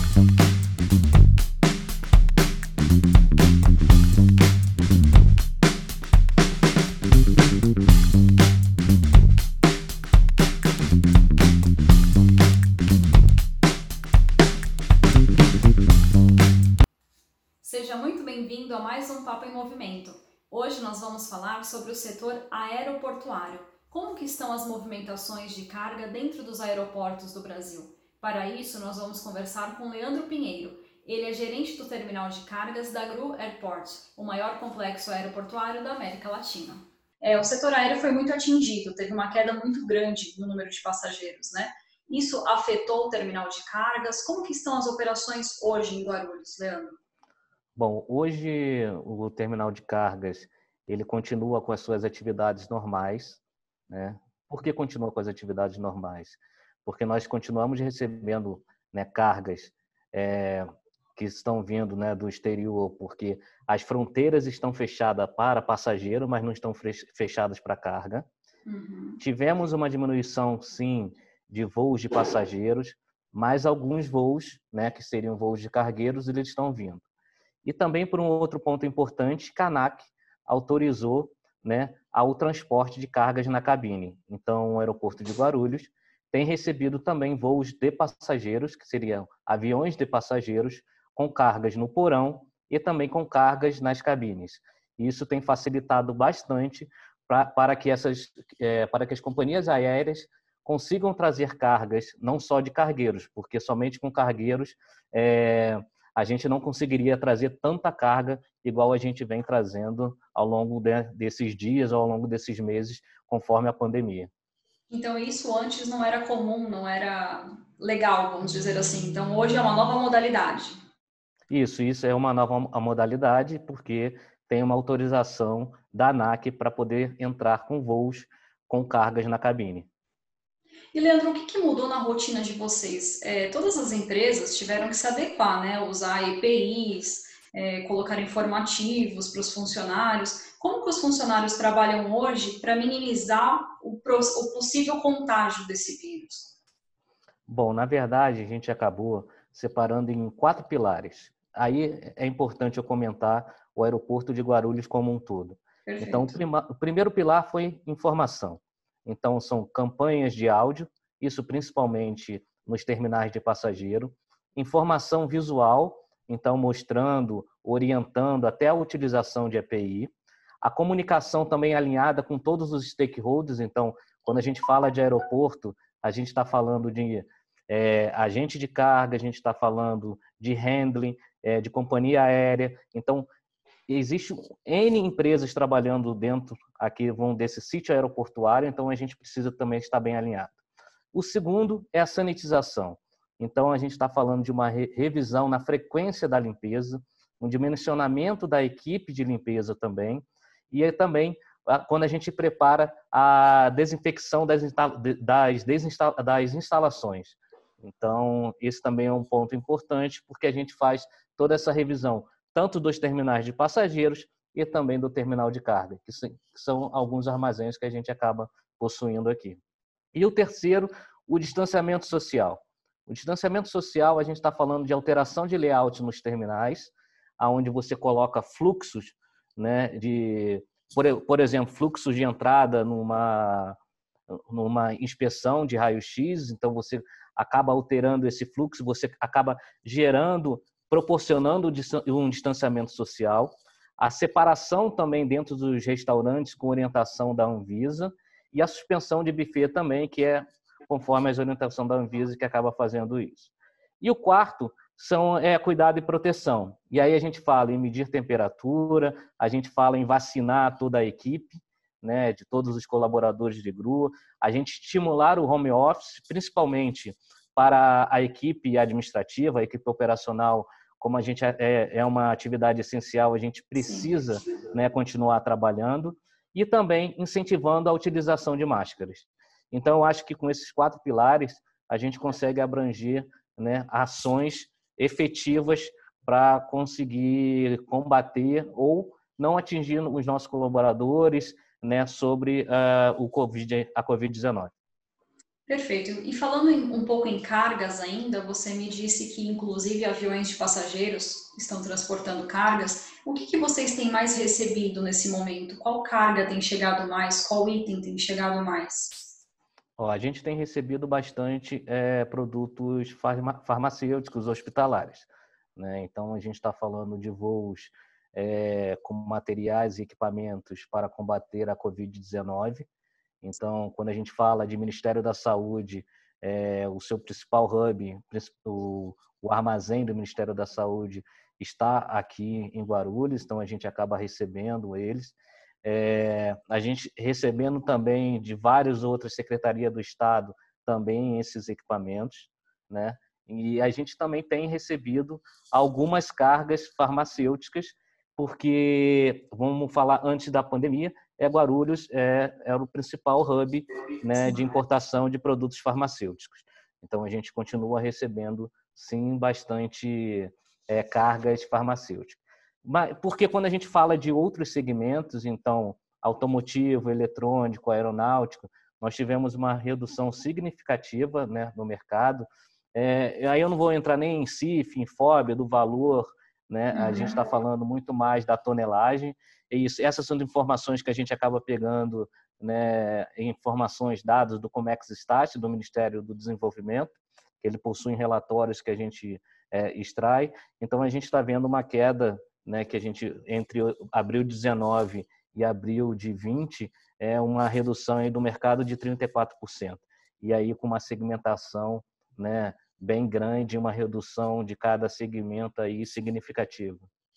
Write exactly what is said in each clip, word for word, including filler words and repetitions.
Seja muito bem-vindo a mais um Papo em Movimento. Hoje nós vamos falar sobre o setor aeroportuário. Como que estão as movimentações de carga dentro dos aeroportos do Brasil? Para isso, nós vamos conversar com Leandro Pinheiro. Ele é gerente do terminal de cargas da Gru Airport, o maior complexo aeroportuário da América Latina. É, o setor aéreo foi muito atingido, teve uma queda muito grande no número de passageiros, né? Isso afetou o terminal de cargas? Como que estão as operações hoje em Guarulhos, Leandro? Bom, hoje o terminal de cargas ele continua com as suas atividades normais, né? Por que continua com as atividades normais? Porque nós continuamos recebendo, né, cargas é, que estão vindo, né, do exterior, porque as fronteiras estão fechadas para passageiro, mas não estão fechadas para carga. Uhum. Tivemos uma diminuição, sim, de voos de passageiros, mas alguns voos, né, que seriam voos de cargueiros, eles estão vindo. E também, por um outro ponto importante, a ANAC autorizou, né, ao transporte de cargas na cabine. Então, o aeroporto de Guarulhos tem recebido também voos de passageiros, que seriam aviões de passageiros, com cargas no porão e também com cargas nas cabines. E isso tem facilitado bastante pra, para, que essas, é, para que as companhias aéreas consigam trazer cargas, não só de cargueiros, porque somente com cargueiros é, a gente não conseguiria trazer tanta carga igual a gente vem trazendo ao longo de, desses dias ou ao longo desses meses, conforme a pandemia. Então, isso antes não era comum, não era legal, vamos dizer assim. Então, hoje é uma nova modalidade. Isso, isso é uma nova modalidade, porque tem uma autorização da ANAC para poder entrar com voos com cargas na cabine. E, Leandro, o que, que mudou na rotina de vocês? É, todas as empresas tiveram que se adequar, né? Usar E P Is, é, colocar informativos para os funcionários. Como que os funcionários trabalham hoje para minimizar o, o possível contágio desse vírus? Bom, na verdade, a gente acabou separando em quatro pilares. Aí é importante eu comentar o aeroporto de Guarulhos como um todo. Então, o, Perfeito. prima, o primeiro pilar foi informação. Então, são campanhas de áudio, isso principalmente nos terminais de passageiro. Informação visual, então mostrando, orientando até a utilização de E P I. A comunicação também alinhada com todos os stakeholders. Então, quando a gente fala de aeroporto, a gente está falando de é, agente de carga, a gente está falando de handling, é, de companhia aérea. Então, existe N empresas trabalhando dentro aqui vão desse sítio aeroportuário, então a gente precisa também estar bem alinhado. O segundo é a sanitização. Então, a gente está falando de uma revisão na frequência da limpeza, um dimensionamento da equipe de limpeza também, e também quando a gente prepara a desinfecção das, das, das instalações. Então, esse também é um ponto importante, porque a gente faz toda essa revisão, tanto dos terminais de passageiros e também do terminal de carga, que são alguns armazéns que a gente acaba possuindo aqui. E o terceiro, o distanciamento social. O distanciamento social, a gente está falando de alteração de layout nos terminais, onde você coloca fluxos, né, de, por, por exemplo, fluxos de entrada numa, numa inspeção de raio-x, então você acaba alterando esse fluxo, você acaba gerando, proporcionando um distanciamento social, a separação também dentro dos restaurantes com orientação da Anvisa e a suspensão de buffet também, que é conforme as orientações da Anvisa que acaba fazendo isso. E o quarto são é, cuidado e proteção. E aí a gente fala em medir temperatura, a gente fala em vacinar toda a equipe, né, de todos os colaboradores de Gru, a gente estimular o home office, principalmente para a equipe administrativa, a equipe operacional, como a gente é, é uma atividade essencial, a gente precisa, né, continuar trabalhando, e também incentivando a utilização de máscaras. Então, eu acho que com esses quatro pilares, a gente consegue abranger, né, ações efetivas para conseguir combater ou não atingir os nossos colaboradores, né, sobre uh, o COVID, a covid dezenove. Perfeito. E falando em- um pouco em cargas ainda, você me disse que inclusive aviões de passageiros estão transportando cargas. O que que vocês têm mais recebido nesse momento? Qual carga tem chegado mais? Qual item tem chegado mais? Ó, a gente tem recebido bastante é, produtos farma- farmacêuticos hospitalares, né? Então, a gente está falando de voos é, com materiais e equipamentos para combater a covid dezenove. Então, quando a gente fala de Ministério da Saúde, é, o seu principal hub, o, o armazém do Ministério da Saúde está aqui em Guarulhos, então a gente acaba recebendo eles. É, a gente recebendo também de várias outras secretarias do Estado também esses equipamentos, né? E a gente também tem recebido algumas cargas farmacêuticas, porque, vamos falar antes da pandemia, é Guarulhos é, era o principal hub, né, de importação de produtos farmacêuticos. Então, a gente continua recebendo, sim, bastante é, cargas farmacêuticas. Mas, porque quando a gente fala de outros segmentos, então, automotivo, eletrônico, aeronáutico, nós tivemos uma redução significativa, né, no mercado. É, aí eu não vou entrar nem em C I F, em F O B, do valor, né? A gente está falando muito mais da tonelagem. E isso, essas são informações que a gente acaba pegando, né, informações, dados do Comex Stat, do Ministério do Desenvolvimento, que ele possui relatórios que a gente é, extrai. Então, a gente está vendo uma queda, né, que a gente, entre abril de dezenove e abril de vinte, é uma redução aí do mercado de trinta e quatro por cento. E aí, com uma segmentação, né, bem grande, uma redução de cada segmento aí significativa.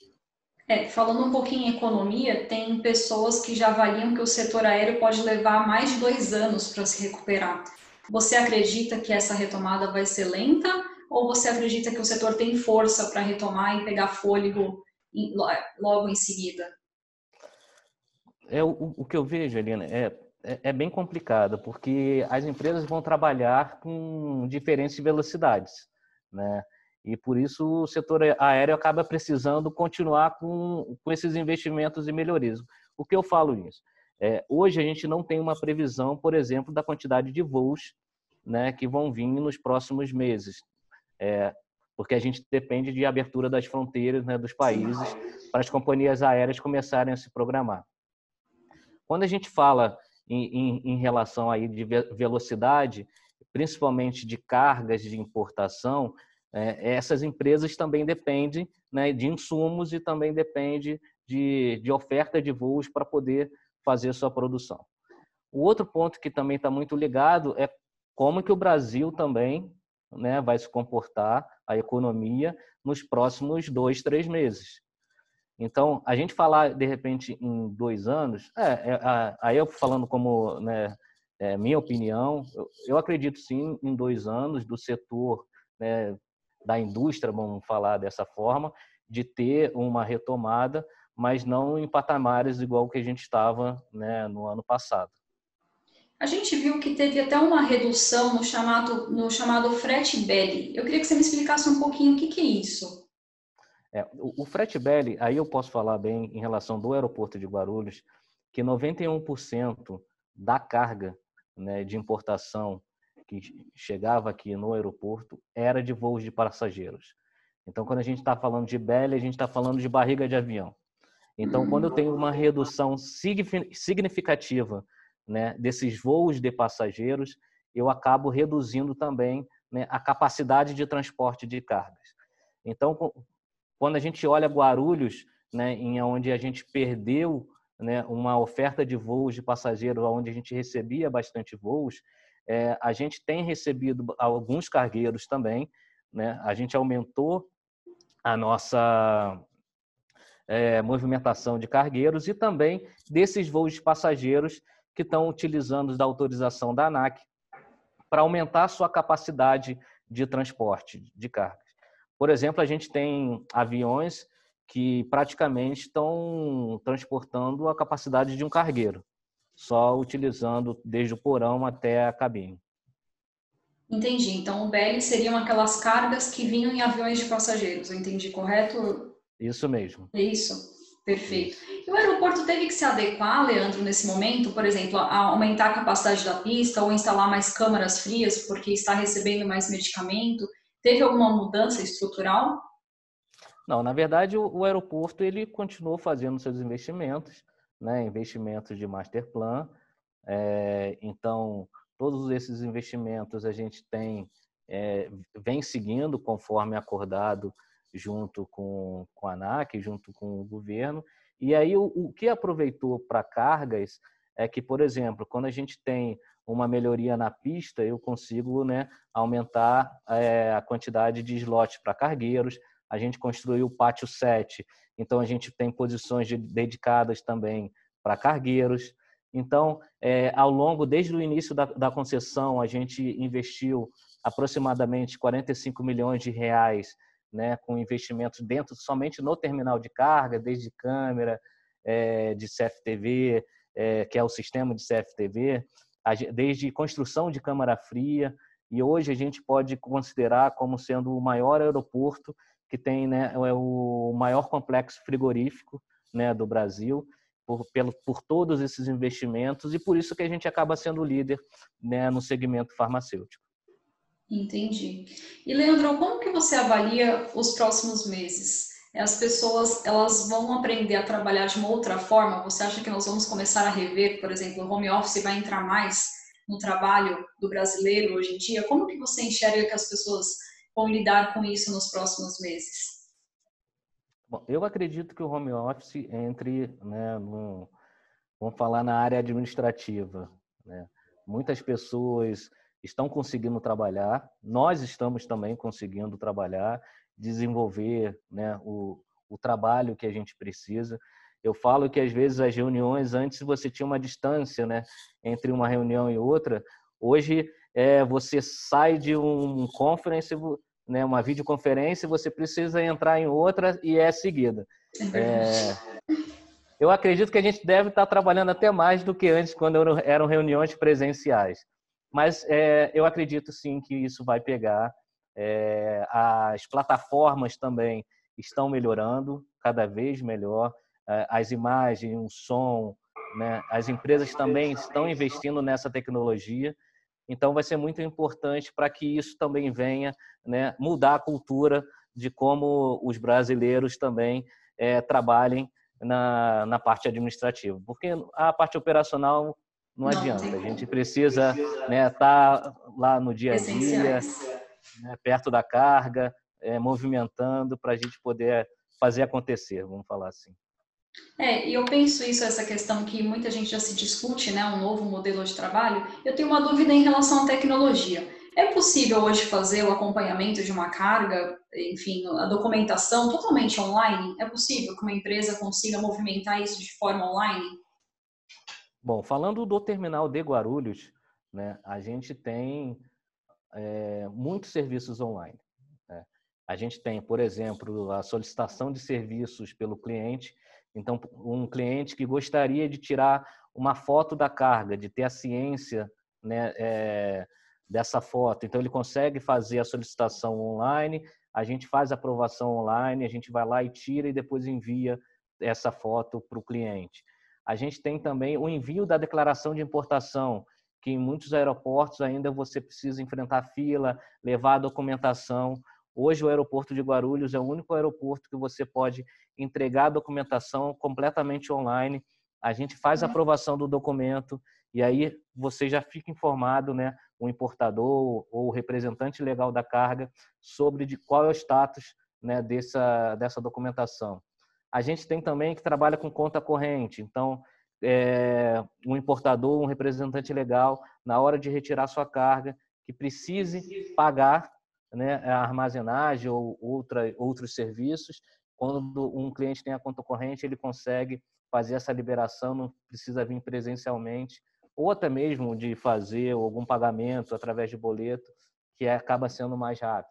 É, falando um pouquinho em economia, tem pessoas que já avaliam que o setor aéreo pode levar mais de dois anos para se recuperar. Você acredita que essa retomada vai ser lenta ou você acredita que o setor tem força para retomar e pegar fôlego em- logo em seguida? É, o, o que eu vejo, Helena, é, é, é bem complicado, porque as empresas vão trabalhar com diferentes velocidades, né? E por isso o setor aéreo acaba precisando continuar com, com esses investimentos e melhorias. O que eu falo nisso? É, hoje a gente não tem uma previsão, por exemplo, da quantidade de voos, né, que vão vir nos próximos meses, é, porque a gente depende de abertura das fronteiras, né, dos países para as companhias aéreas começarem a se programar. Quando a gente fala em, em, em relação aí de velocidade, principalmente de cargas de importação, é, essas empresas também dependem, né, de insumos e também dependem de, de oferta de voos para poder fazer sua produção. O outro ponto que também está muito ligado é como que o Brasil também, né, vai se comportar, a economia, nos próximos dois, três meses. Então, a gente falar, de repente, em dois anos, é, é, aí eu falando como, né, é, minha opinião, eu, eu acredito sim em dois anos do setor, né, da indústria, vamos falar dessa forma, de ter uma retomada, mas não em patamares igual que a gente estava, né, no ano passado. A gente viu que teve até uma redução no chamado, no chamado frete belly. Eu queria que você me explicasse um pouquinho o que, que é isso. É, o, o frete belly, aí eu posso falar bem em relação do aeroporto de Guarulhos, que noventa e um por cento da carga, né, de importação que chegava aqui no aeroporto era de voos de passageiros. Então, quando a gente está falando de belly, a gente está falando de barriga de avião. Então, quando eu tenho uma redução significativa, né, desses voos de passageiros, eu acabo reduzindo também, né, a capacidade de transporte de cargas. Então, quando a gente olha Guarulhos, né, em onde a gente perdeu, né, uma oferta de voos de passageiros, onde a gente recebia bastante voos, é, a gente tem recebido alguns cargueiros também, né? A gente aumentou a nossa é, movimentação de cargueiros e também desses voos de passageiros que estão utilizando da autorização da ANAC para aumentar a sua capacidade de transporte de cargas. Por exemplo, a gente tem aviões que praticamente estão transportando a capacidade de um cargueiro, só utilizando desde o porão até a cabine. Entendi. Então, o belly seriam aquelas cargas que vinham em aviões de passageiros. Eu entendi correto? Isso mesmo. É isso? Perfeito. Isso. E o aeroporto teve que se adequar, Leandro, nesse momento, por exemplo, a aumentar a capacidade da pista ou instalar mais câmaras frias porque está recebendo mais medicamento? Teve alguma mudança estrutural? Não, na verdade, o, o aeroporto ele continuou fazendo seus investimentos, né, investimentos de master plan. É, então, todos esses investimentos a gente tem, é, vem seguindo conforme acordado junto com, com a ANAC, junto com o governo. E aí, o, o que aproveitou para cargas é que, por exemplo, quando a gente tem uma melhoria na pista, eu consigo, né, aumentar é, a quantidade de slots para cargueiros. A gente construiu o pátio sete, então a gente tem posições de, dedicadas também para cargueiros. Então, é, ao longo, desde o início da, da concessão, a gente investiu aproximadamente quarenta e cinco milhões de reais, né, com investimentos dentro somente no terminal de carga, desde câmera, é, de C F T V, é, que é o sistema de C F T V, a, desde construção de câmara fria, e hoje a gente pode considerar como sendo o maior aeroporto que tem, né, é o maior complexo frigorífico, né, do Brasil, por, pelo, por todos esses investimentos, e por isso que a gente acaba sendo líder, né, no segmento farmacêutico. Entendi. E, Leandro, como que você avalia os próximos meses? As pessoas, elas vão aprender a trabalhar de uma outra forma? Você acha que nós vamos começar a rever, por exemplo, o home office vai entrar mais no trabalho do brasileiro hoje em dia? Como que você enxerga que as pessoas vão lidar com isso nos próximos meses? Bom, eu acredito que o home office entre, né, no, vamos falar na área administrativa, né? Muitas pessoas estão conseguindo trabalhar, nós estamos também conseguindo trabalhar, desenvolver, né, o, o trabalho que a gente precisa. Eu falo que às vezes as reuniões, antes você tinha uma distância, né, entre uma reunião e outra. Hoje é, você sai de um conference, né, uma videoconferência, você precisa entrar em outra e é seguida. É verdade. É, eu acredito que a gente deve estar trabalhando até mais do que antes, quando eram reuniões presenciais. Mas é, eu acredito sim que isso vai pegar. É, as plataformas também estão melhorando, cada vez melhor. É, as imagens, o som, né? As empresas também estão investindo nessa tecnologia. Então, vai ser muito importante para que isso também venha, né, mudar a cultura de como os brasileiros também é, trabalhem na, na parte administrativa. Porque a parte operacional não Não, tem adianta. A gente como. precisa, né, estar lá no dia a dia, Essenciais. né, perto da carga, é, movimentando para a gente poder fazer acontecer, vamos falar assim. É, e eu penso isso, essa questão que muita gente já se discute, né, um novo modelo de trabalho. Eu tenho uma dúvida em relação à tecnologia. É possível hoje fazer o acompanhamento de uma carga, enfim, a documentação totalmente online? É possível que uma empresa consiga movimentar isso de forma online? Bom, falando do terminal de Guarulhos, né, a gente tem é, muitos serviços online, né? A gente tem, por exemplo, a solicitação de serviços pelo cliente. Então, um cliente que gostaria de tirar uma foto da carga, de ter a ciência, né, é, dessa foto. Então, ele consegue fazer a solicitação online, a gente faz a aprovação online, a gente vai lá e tira e depois envia essa foto para o cliente. A gente tem também o envio da declaração de importação, que em muitos aeroportos ainda você precisa enfrentar fila, levar a documentação. Hoje o aeroporto de Guarulhos é o único aeroporto que você pode entregar a documentação completamente online. A gente faz a aprovação do documento e aí você já fica informado, né, o importador ou o representante legal da carga sobre de qual é o status, né, dessa, dessa documentação. A gente tem também que trabalha com conta corrente, então é, um importador, um representante legal, na hora de retirar sua carga, que precise pagar, né, a armazenagem ou outra, outros serviços. Quando um cliente tem a conta corrente, ele consegue fazer essa liberação, não precisa vir presencialmente, ou até mesmo de fazer algum pagamento através de boleto, que acaba sendo mais rápido.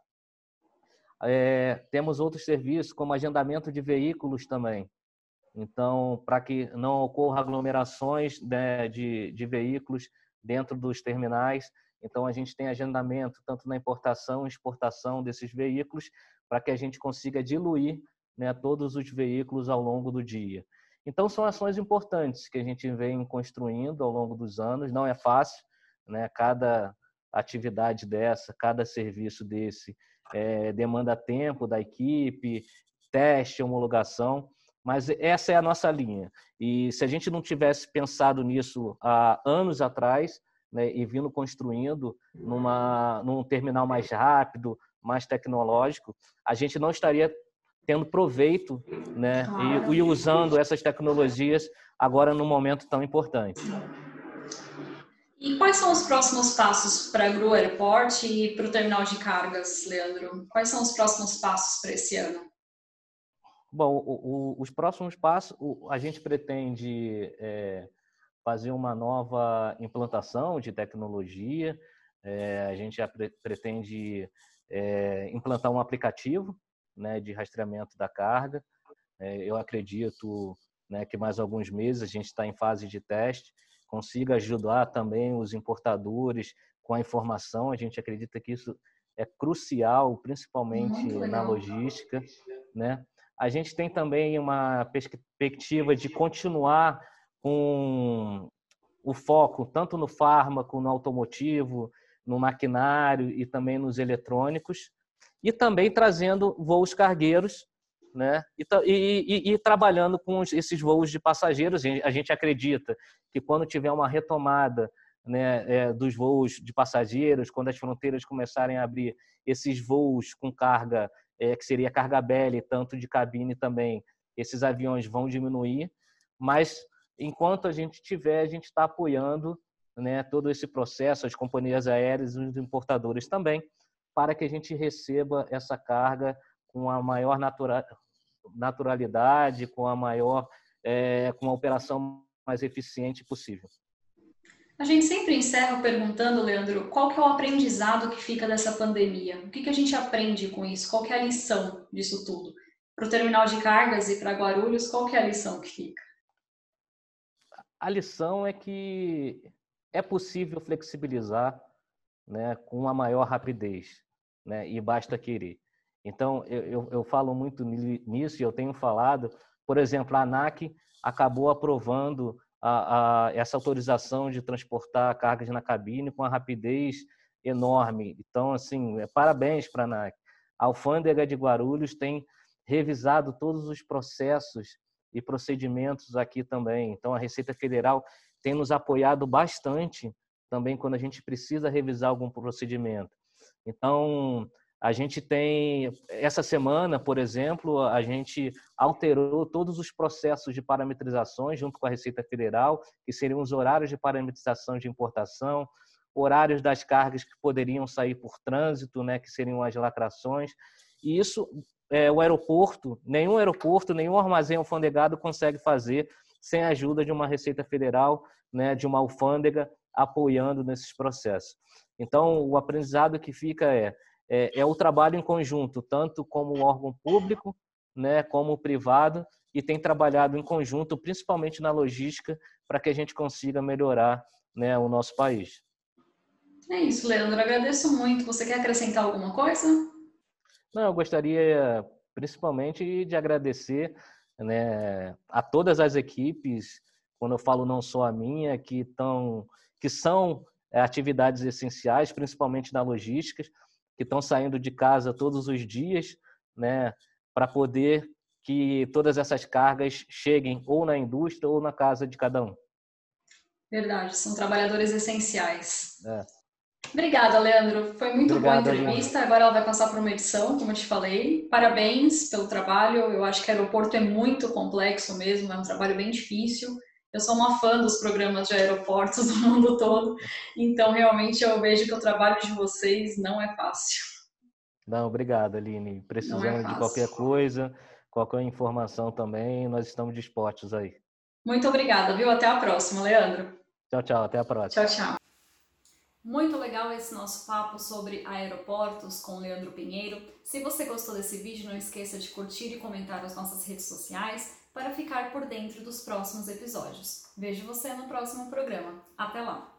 É, temos outros serviços, como agendamento de veículos também. Então, para que não ocorra aglomerações, né, de, de veículos dentro dos terminais, então a gente tem agendamento tanto na importação e exportação desses veículos, para que a gente consiga diluir né, todos os veículos ao longo do dia. Então, são ações importantes que a gente vem construindo ao longo dos anos. Não é fácil, né? Cada atividade dessa, cada serviço desse é, demanda tempo da equipe, teste, homologação, mas essa é a nossa linha. E se a gente não tivesse pensado nisso há anos atrás, né, e vindo construindo numa, num terminal mais rápido, mais tecnológico, a gente não estaria tendo proveito, né, e, e usando essas tecnologias agora num momento tão importante. E quais são os próximos passos para a Gru Airport e para o terminal de cargas, Leandro? Quais são os próximos passos para esse ano? Bom, o, o, os próximos passos, o, a gente pretende é, fazer uma nova implantação de tecnologia, é, a gente já pre, pretende é, implantar um aplicativo, né, de rastreamento da carga. É, eu acredito, né, que mais alguns meses, a gente está em fase de teste, consiga ajudar também os importadores com a informação. A gente acredita que isso é crucial, principalmente na logística, né? A gente tem também uma perspectiva de continuar com o foco tanto no fármaco, no automotivo, no maquinário e também nos eletrônicos, e também trazendo voos cargueiros, né? E, e, e, e trabalhando com esses voos de passageiros. A gente acredita que quando tiver uma retomada, né, é, dos voos de passageiros, quando as fronteiras começarem a abrir, esses voos com carga, é, que seria carga belly, tanto de cabine também, esses aviões vão diminuir, mas enquanto a gente tiver, a gente está apoiando, né, todo esse processo, as companhias aéreas e os importadores também, para que a gente receba essa carga com a maior natura, naturalidade, com a maior, é, com a operação mais eficiente possível. A gente sempre encerra perguntando, Leandro, qual que é o aprendizado que fica dessa pandemia? O que, que a gente aprende com isso? Qual que é a lição disso tudo? Para o terminal de cargas e para Guarulhos, qual que é a lição que fica? A lição é que é possível flexibilizar, né, com uma maior rapidez, né, e basta querer. Então, eu, eu, eu falo muito nisso e eu tenho falado, por exemplo, a ANAC acabou aprovando a, a, essa autorização de transportar cargas na cabine com uma rapidez enorme. Então, assim, parabéns para a ANAC. A Alfândega de Guarulhos tem revisado todos os processos e procedimentos aqui também. Então, a Receita Federal tem nos apoiado bastante também quando a gente precisa revisar algum procedimento. Então, a gente tem, essa semana, por exemplo, a gente alterou todos os processos de parametrizações junto com a Receita Federal, que seriam os horários de parametrização de importação, horários das cargas que poderiam sair por trânsito, né, que seriam as lacrações. E isso, é, o aeroporto, nenhum aeroporto, nenhum armazém alfandegado consegue fazer sem a ajuda de uma Receita Federal, né, de uma alfândega, apoiando nesses processos. Então, o aprendizado que fica é, é, é o trabalho em conjunto, tanto como órgão público, né, como privado, e tem trabalhado em conjunto, principalmente na logística, para que a gente consiga melhorar, né, o nosso país. É isso, Leandro. Agradeço muito. Você quer acrescentar alguma coisa? Não, eu gostaria principalmente de agradecer, né, a todas as equipes, quando eu falo não só a minha, que, estão, que são atividades essenciais, principalmente na logística, que estão saindo de casa todos os dias, né, para poder que todas essas cargas cheguem ou na indústria ou na casa de cada um. Verdade, são trabalhadores essenciais. É. Obrigada, Leandro. Foi muito Obrigado, boa a entrevista. Aline. Agora ela vai passar para uma edição, como eu te falei. Parabéns pelo trabalho. Eu acho que o aeroporto é muito complexo mesmo, é um trabalho bem difícil. Eu sou uma fã dos programas de aeroportos do mundo todo, então realmente eu vejo que o trabalho de vocês não é fácil. Não, obrigado, Aline. Não é Precisando de fácil. qualquer coisa, qualquer informação também, nós estamos dispostos aí. Muito obrigada, viu? Até a próxima, Leandro. Tchau, tchau. Até a próxima. Tchau, tchau. Muito legal esse nosso papo sobre aeroportos com Leandro Pinheiro. Se você gostou desse vídeo, não esqueça de curtir e comentar as nossas redes sociais para ficar por dentro dos próximos episódios. Vejo você no próximo programa. Até lá!